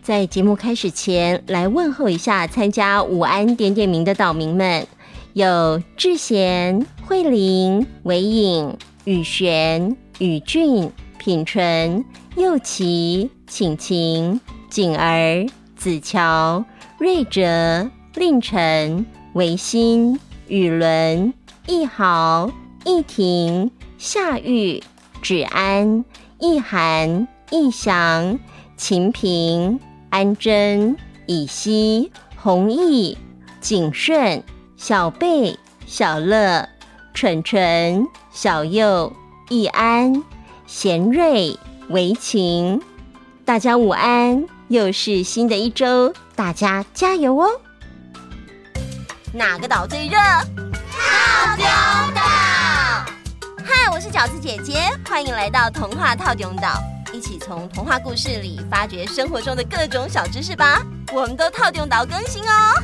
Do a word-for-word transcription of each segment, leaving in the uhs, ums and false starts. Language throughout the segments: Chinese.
在节目开始前，来问候一下参加午安点点名的岛民们，有志贤、慧玲、韦颖、宇璇、宇俊、品纯、佑琪、晴晴、景儿、子乔、瑞哲、令晨、维新、宇伦、易豪、易婷、夏玉、芷安、易涵、易翔、秦平、安珍、以西、弘毅、景顺、小贝、小乐、蠢蠢、小佑、易安、贤瑞、维晴，大家午安，又是新的一周，大家加油哦！哪个岛最热？ 套丁岛！ 嗨，我是饺子姐姐，欢迎来到童话套丁岛，一起从童话故事里发掘生活中的各种小知识吧。我们都套丁岛更新哦。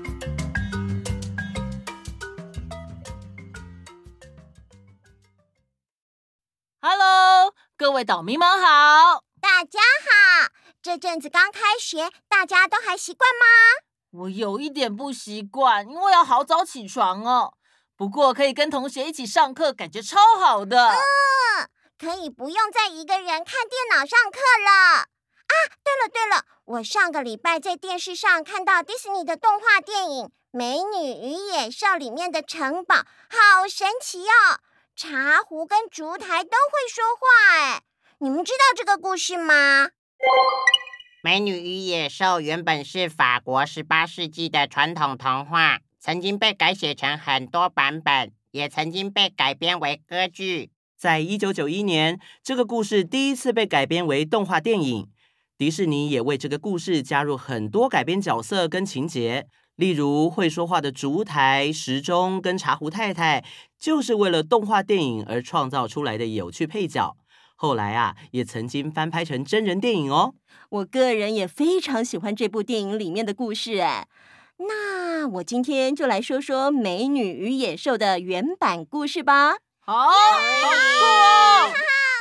Hello， 各位岛民们好！ 大家好！这阵子刚开学，大家都还习惯吗？ 我有一点不习惯，因为要好早起床哦。不过可以跟同学一起上课，感觉超好的。 嗯，可以不用再一个人看电脑上课了。啊，对了对了，我上个礼拜在电视上看到迪士尼的动画电影《美女与野兽》里面的城堡，好神奇哦！茶壶跟烛台都会说话哎，你们知道这个故事吗？ 美女与野兽原本是法国十八世纪的传统童话，曾经被改写成很多版本，也曾经被改编为歌剧。 在一九九一年，这个故事第一次被改编为动画电影。迪士尼也为这个故事加入很多改编角色跟情节，例如会说话的烛台、时钟跟茶壶太太，就是为了动画电影而创造出来的有趣配角。后来啊，也曾经翻拍成真人电影哦。 我个人也非常喜欢这部电影里面的故事哎。那我今天就来说说《美女与野兽》的原版故事吧。 好，好酷哦！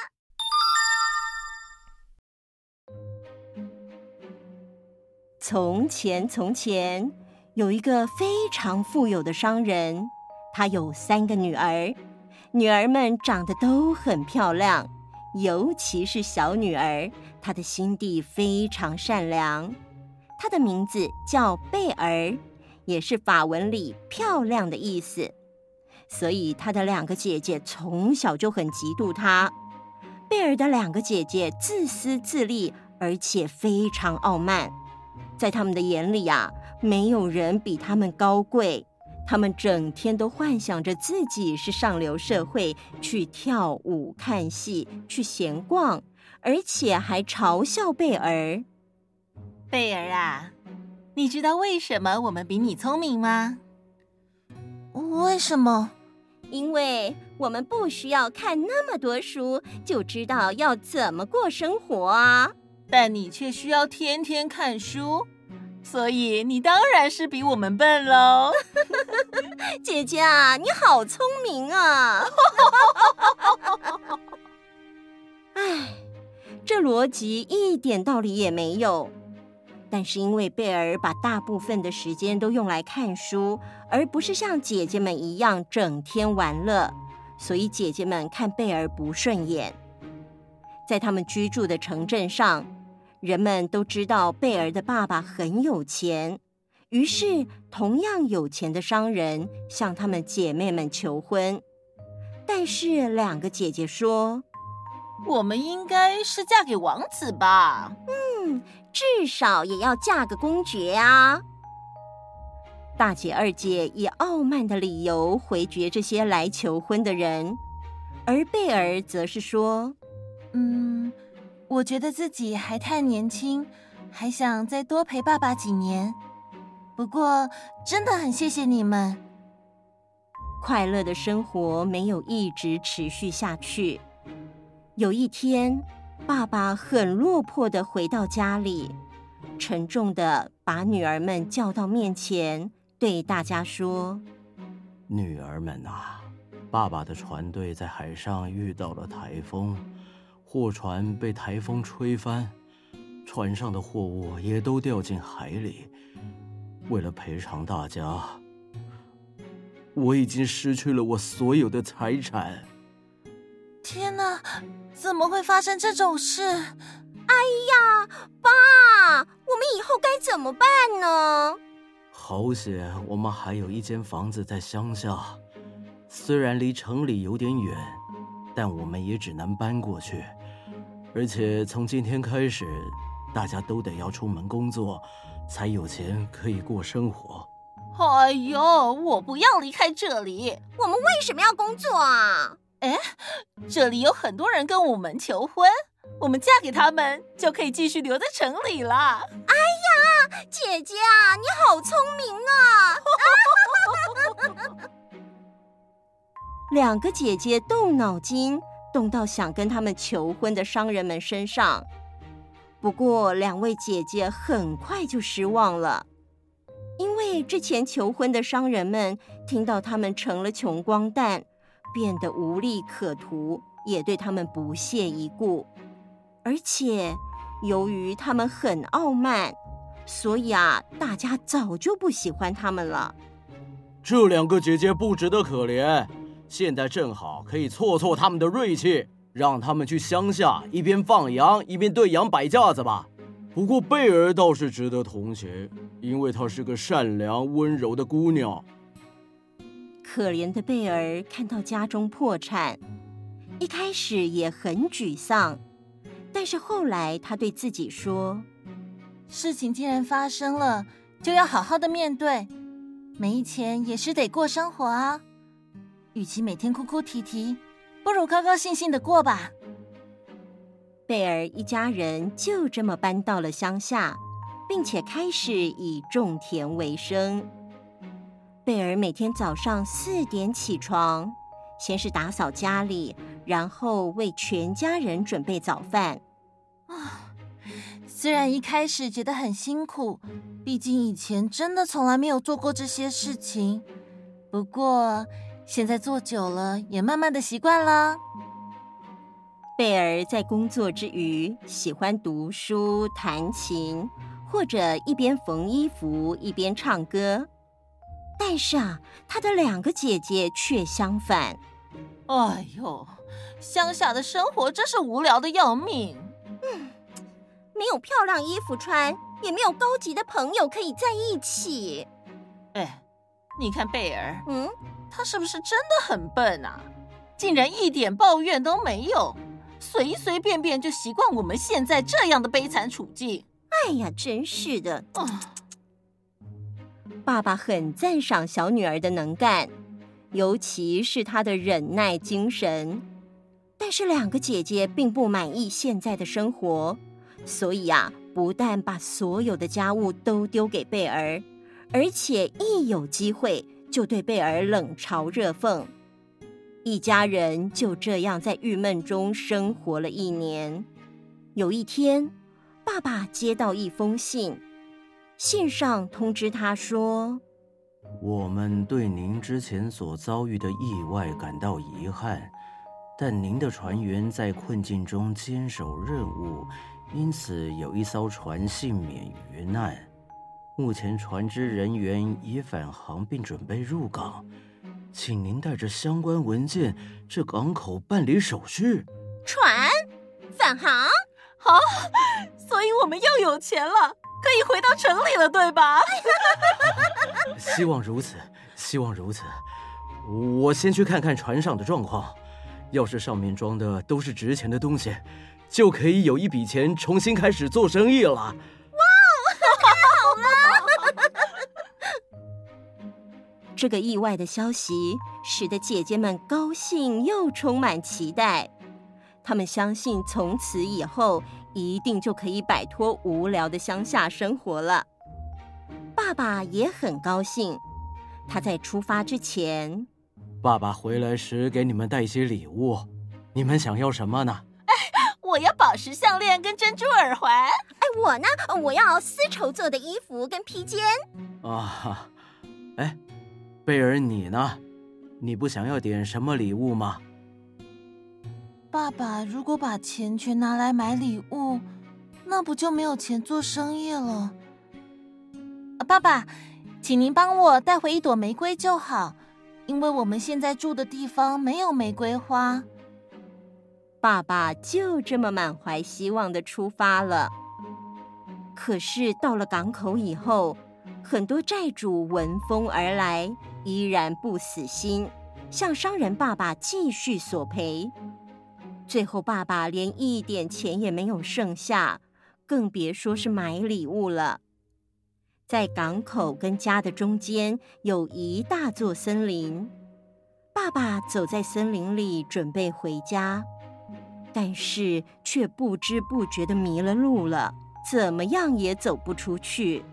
从前从前，有一个非常富有的商人，他有三个女儿，女儿们长得都很漂亮，尤其是小女儿，她的心地非常善良。她的名字叫贝儿，也是法文里漂亮的意思。所以她的两个姐姐从小就很嫉妒她。贝儿的两个姐姐自私自利，而且非常傲慢。在他们的眼里啊，没有人比他们高贵。他们整天都幻想着自己是上流社会，去跳舞、看戏、去闲逛，而且还嘲笑贝儿。 贝儿啊，你知道为什么我们比你聪明吗？ 为什么？ 因为我们不需要看那么多书，就知道要怎么过生活啊。 但你却需要天天看书，所以你当然是比我们笨喽。 姐姐啊，你好聪明啊！哎，这逻辑一点道理也没有。但是因为贝儿把大部分的时间都用来看书，而不是像姐姐们一样整天玩乐，所以姐姐们看贝儿不顺眼。在他们居住的城镇上，人们都知道贝儿的爸爸很有钱，于是同样有钱的商人向他们姐妹们求婚。但是两个姐姐说， 我们应该是嫁给王子吧？ 嗯，至少也要嫁个公爵啊。大姐二姐以傲慢的理由回绝这些来求婚的人，而贝儿则是说， 嗯，我觉得自己还太年轻，还想再多陪爸爸几年。不过真的很谢谢你们。 快乐的生活没有一直持续下去。有一天，爸爸很落魄地回到家里，沉重地把女儿们叫到面前，对大家说， 女儿们啊，爸爸的船队在海上遇到了台风，货船被台风吹翻， 船上的货物也都掉进海里。为了赔偿大家，我已经失去了我所有的财产。 天哪，怎么会发生这种事？ 哎呀，爸，我们以后该怎么办呢？ 好险，我们还有一间房子在乡下，虽然离城里有点远，但我们也只能搬过去。而且从今天开始，大家都得要出门工作，才有钱可以过生活。 哎呦，我不要离开这里！ 我们为什么要工作啊？ 哎，这里有很多人跟我们求婚，我们嫁给他们就可以继续留在城里了。 哎呀，姐姐啊，你好聪明啊！ 两个姐姐动脑筋，动到想跟他们求婚的商人们身上。不过，两位姐姐很快就失望了，因为之前求婚的商人们听到他们成了穷光蛋，变得无利可图，也对他们不屑一顾。而且，由于他们很傲慢，所以啊，大家早就不喜欢他们了。 这两个姐姐不值得可怜，现在正好可以挫挫他们的锐气，让他们去乡下一边放羊一边对羊摆架子吧。不过贝儿倒是值得同情，因为她是个善良温柔的姑娘。 可怜的贝儿看到家中破产，一开始也很沮丧，但是后来他对自己说， 事情既然发生了，就要好好的面对，没钱也是得过生活啊。与其每天哭哭啼啼，不如高高兴兴的过吧。 贝儿一家人就这么搬到了乡下，并且开始以种田为生。贝儿每天早上四点起床，先是打扫家里，然后为全家人准备早饭。 啊，虽然一开始觉得很辛苦，毕竟以前真的从来没有做过这些事情。不过现在做久了，也慢慢的习惯了。 贝儿在工作之余，喜欢读书、弹琴，或者一边缝衣服一边唱歌。但是啊，她的两个姐姐却相反。 哎呦，乡下的生活真是无聊的要命。 嗯，没有漂亮衣服穿，也没有高级的朋友可以在一起。 哎，你看贝儿， 嗯， 她是不是真的很笨啊？竟然一点抱怨都没有，随随便便就习惯我们现在这样的悲惨处境。 哎呀，真是的。 哦， 爸爸很赞赏小女儿的能干，尤其是她的忍耐精神。但是两个姐姐并不满意现在的生活，所以啊，不但把所有的家务都丢给贝儿，而且一有机会就对贝儿冷嘲热讽。一家人就这样在郁闷中生活了一年。有一天，爸爸接到一封信，信上通知他说， 我们对您之前所遭遇的意外感到遗憾，但您的船员在困境中坚守任务，因此有一艘船幸免于难。目前船只人员已返航并准备入港，请您带着相关文件至港口办理手续。 船返航？ 好，所以我们又有钱了，可以回到城里了，对吧？ 希望如此，希望如此。我先去看看船上的状况，要是上面装的都是值钱的东西，就可以有一笔钱重新开始做生意了。哇， 太好了！ 这个意外的消息使得姐姐们高兴又充满期待。她们相信从此以后一定就可以摆脱无聊的乡下生活了。爸爸也很高兴，他在出发之前， 爸爸回来时给你们带些礼物，你们想要什么呢？ 哎，我要宝石项链跟珍珠耳环。 哎，我呢，我要丝绸做的衣服跟披肩。 啊，哎，贝尔你呢？你不想要点什么礼物吗？ 爸爸如果把钱全拿来买礼物， 那不就没有钱做生意了？爸爸，请您帮我带回一朵玫瑰就好，因为我们现在住的地方没有玫瑰花。 爸爸就这么满怀希望地出发了。可是到了港口以后，很多债主闻风而来，依然不死心，向商人爸爸继续索赔。最后爸爸连一点钱也没有剩下，更别说是买礼物了。在港口跟家的中间有一大座森林，爸爸走在森林里准备回家，但是却不知不觉地迷了路了，怎么样也走不出去。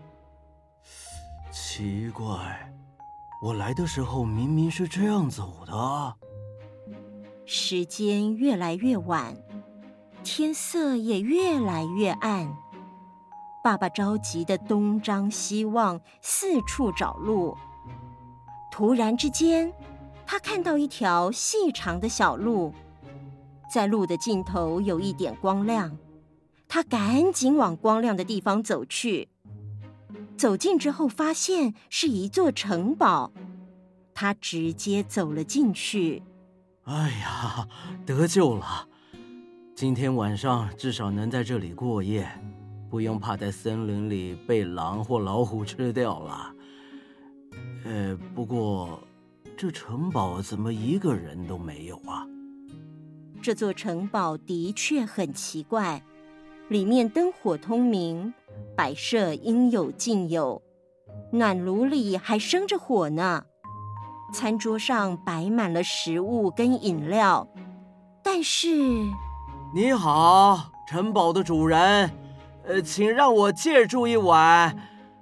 奇怪，我来的时候明明是这样走的。 时间越来越晚，天色也越来越暗。爸爸着急地东张西望，四处找路。突然之间，他看到一条细长的小路，在路的尽头有一点光亮。他赶紧往光亮的地方走去。走近之后，发现是一座城堡，他直接走了进去。 哎呀，得救了！今天晚上至少能在这里过夜，不用怕在森林里被狼或老虎吃掉了。呃，不过这城堡怎么一个人都没有啊？ 这座城堡的确很奇怪，里面灯火通明，摆设应有尽有，暖炉里还生着火呢。餐桌上摆满了食物跟饮料，但是…… 你好，城堡的主人，呃，请让我借住一晚。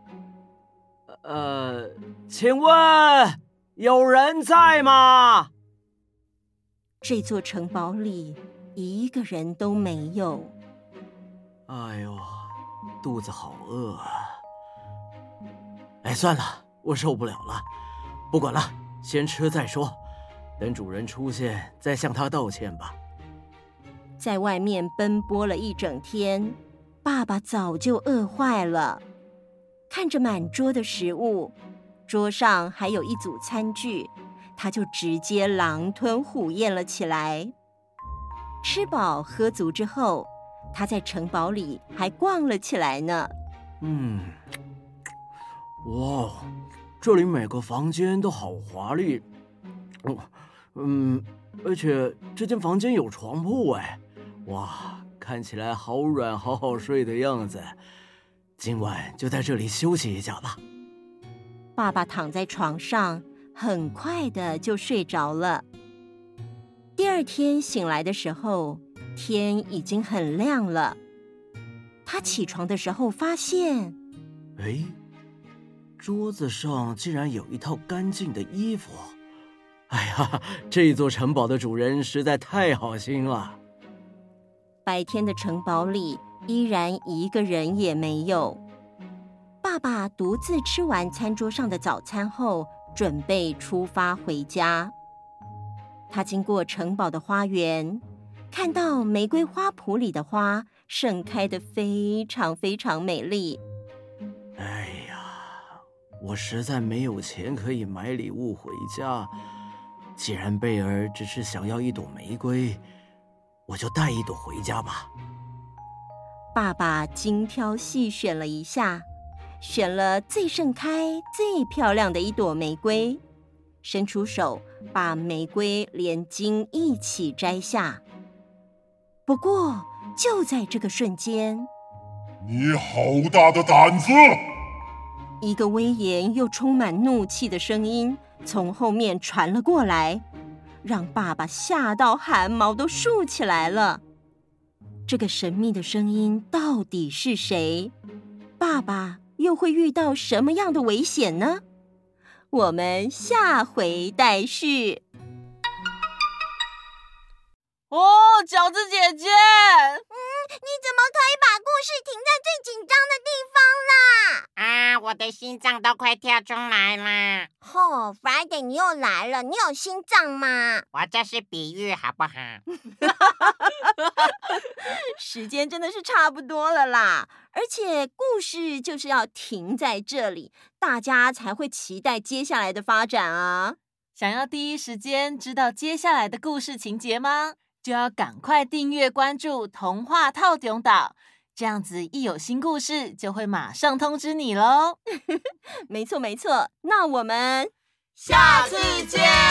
呃，请问有人在吗？ 这座城堡里一个人都没有。 哎呦，肚子好饿啊！哎，算了，我受不了了，不管了。先吃再说，等主人出现再向他道歉吧。 在外面奔波了一整天，爸爸早就饿坏了。看着满桌的食物，桌上还有一组餐具，他就直接狼吞虎咽了起来。吃饱喝足之后，他在城堡里还逛了起来呢。 嗯，哇，这里每个房间都好华丽，嗯，而且这间房间有床铺哎，哇，看起来好软好好睡的样子。今晚就在这里休息一下吧。 爸爸躺在床上，很快的就睡着了。第二天醒来的时候，天已经很亮了。他起床的时候发现， 哎，桌子上竟然有一套干净的衣服。哎呀，这座城堡的主人实在太好心了。 白天的城堡里依然一个人也没有。爸爸独自吃完餐桌上的早餐后，准备出发回家。他经过城堡的花园，看到玫瑰花圃里的花盛开得非常非常美丽。 哎呀，我实在没有钱可以买礼物回家。既然贝儿只是想要一朵玫瑰，我就带一朵回家吧。 爸爸精挑细选了一下，选了最盛开、最漂亮的一朵玫瑰，伸出手把玫瑰连茎一起摘下。不过就在这个瞬间， 你好大的胆子！ 一个威严又充满怒气的声音从后面传了过来，让爸爸吓到汗毛都竖起来了。这个神秘的声音到底是谁？爸爸又会遇到什么样的危险呢？我们下回待续。 哦，饺子姐姐， 嗯，你怎么可以把故事停在最紧张的地方啦？ 啊， 我的心脏都快跳出来了。 哦 ，Friday， 你又来了，你有心脏吗？ 我这是比喻，好不好？ 时间真的是差不多了啦，而且故事就是要停在这里，大家才会期待接下来的发展啊。 想要第一时间知道接下来的故事情节吗？就要赶快订阅关注童话透中岛，这样子一有新故事就会马上通知你咯。 没错没错，那我们下次见。